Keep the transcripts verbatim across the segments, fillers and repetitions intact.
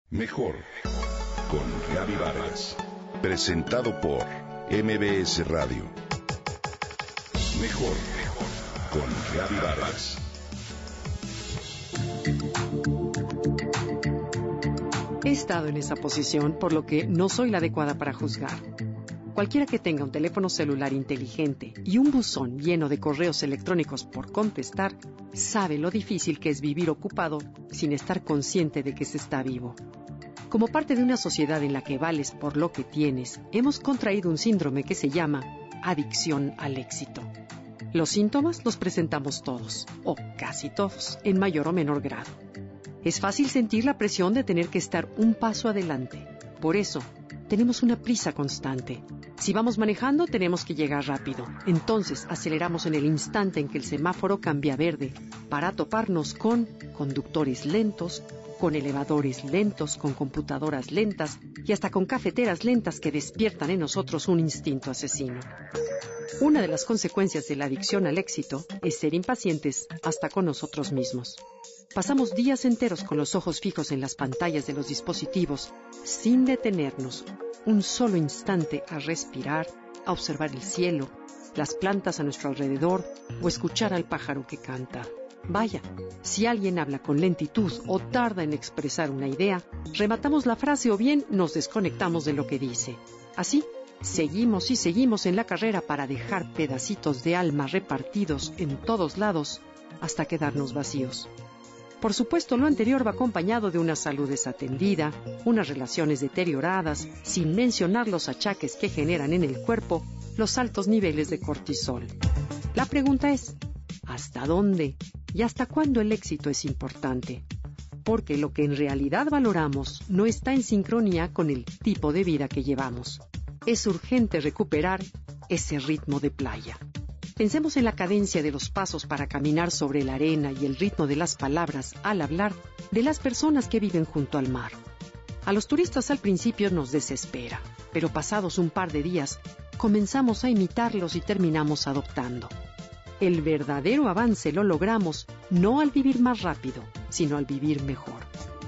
Mejor con Gaby Vargas. Presentado por M B S Radio. Mejor con Gaby Vargas. He estado en esa posición, por lo que no soy la adecuada para juzgar. Cualquiera que tenga un teléfono celular inteligente y un buzón lleno de correos electrónicos por contestar, sabe lo difícil que es vivir ocupado sin estar consciente de que se está vivo. Como parte de una sociedad en la que vales por lo que tienes, hemos contraído un síndrome que se llama adicción al éxito. Los síntomas los presentamos todos, o casi todos, en mayor o menor grado. Es fácil sentir la presión de tener que estar un paso adelante. Por eso, tenemos una prisa constante. Si vamos manejando, tenemos que llegar rápido. Entonces, aceleramos en el instante en que el semáforo cambia a verde para toparnos con conductores lentos, con elevadores lentos, con computadoras lentas y hasta con cafeteras lentas que despiertan en nosotros un instinto asesino. Una de las consecuencias de la adicción al éxito es ser impacientes hasta con nosotros mismos. Pasamos días enteros con los ojos fijos en las pantallas de los dispositivos, sin detenernos un solo instante a respirar, a observar el cielo, las plantas a nuestro alrededor o escuchar al pájaro que canta. Vaya, si alguien habla con lentitud o tarda en expresar una idea, rematamos la frase o bien nos desconectamos de lo que dice. Así, seguimos y seguimos en la carrera para dejar pedacitos de alma repartidos en todos lados hasta quedarnos vacíos. Por supuesto, lo anterior va acompañado de una salud desatendida, unas relaciones deterioradas, sin mencionar los achaques que generan en el cuerpo los altos niveles de cortisol. La pregunta es, ¿hasta dónde y hasta cuándo el éxito es importante? Porque lo que en realidad valoramos no está en sincronía con el tipo de vida que llevamos. Es urgente recuperar ese ritmo de playa. Pensemos en la cadencia de los pasos para caminar sobre la arena y el ritmo de las palabras al hablar de las personas que viven junto al mar. A los turistas al principio nos desespera, pero pasados un par de días comenzamos a imitarlos y terminamos adoptando. El verdadero avance lo logramos no al vivir más rápido, sino al vivir mejor.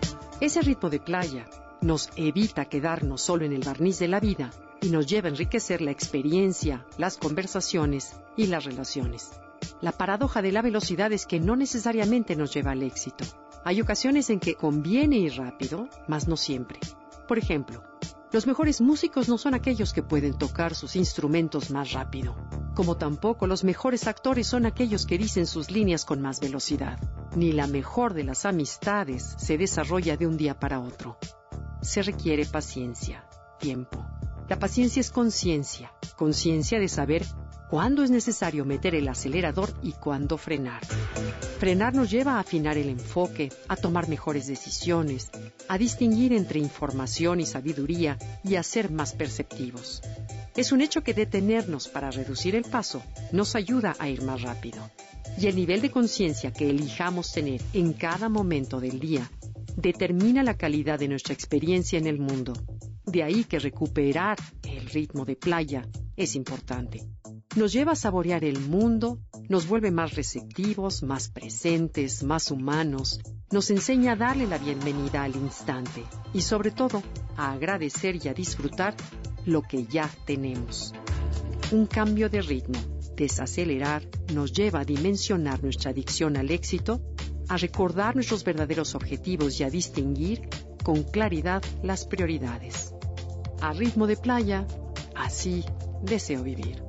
Ese ritmo de playa nos evita quedarnos solo en el barniz de la vida y nos lleva a enriquecer la experiencia, las conversaciones y las relaciones. La paradoja de la velocidad es que no necesariamente nos lleva al éxito. Hay ocasiones en que conviene ir rápido, mas no siempre. Por ejemplo, los mejores músicos no son aquellos que pueden tocar sus instrumentos más rápido, como tampoco los mejores actores son aquellos que dicen sus líneas con más velocidad. Ni la mejor de las amistades se desarrolla de un día para otro. Se requiere paciencia, tiempo. La paciencia es conciencia, conciencia de saber cuándo es necesario meter el acelerador y cuándo frenar. Frenar nos lleva a afinar el enfoque, a tomar mejores decisiones, a distinguir entre información y sabiduría y a ser más perceptivos. Es un hecho que detenernos para reducir el paso nos ayuda a ir más rápido. Y el nivel de conciencia que elijamos tener en cada momento del día determina la calidad de nuestra experiencia en el mundo. De ahí que recuperar el ritmo de playa es importante. Nos lleva a saborear el mundo, nos vuelve más receptivos, más presentes, más humanos, nos enseña a darle la bienvenida al instante y sobre todo a agradecer y a disfrutar lo que ya tenemos. Un cambio de ritmo, desacelerar, nos lleva a dimensionar nuestra adicción al éxito, a recordar nuestros verdaderos objetivos y a distinguir con claridad las prioridades. A ritmo de playa, así deseo vivir.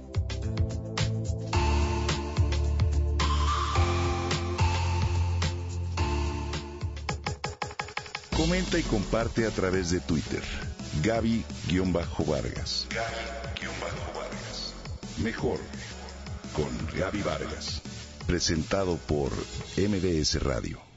Comenta y comparte a través de Twitter. Gaby-Vargas. Gaby-Vargas. Mejor con Gaby Vargas. Presentado por M B S Radio.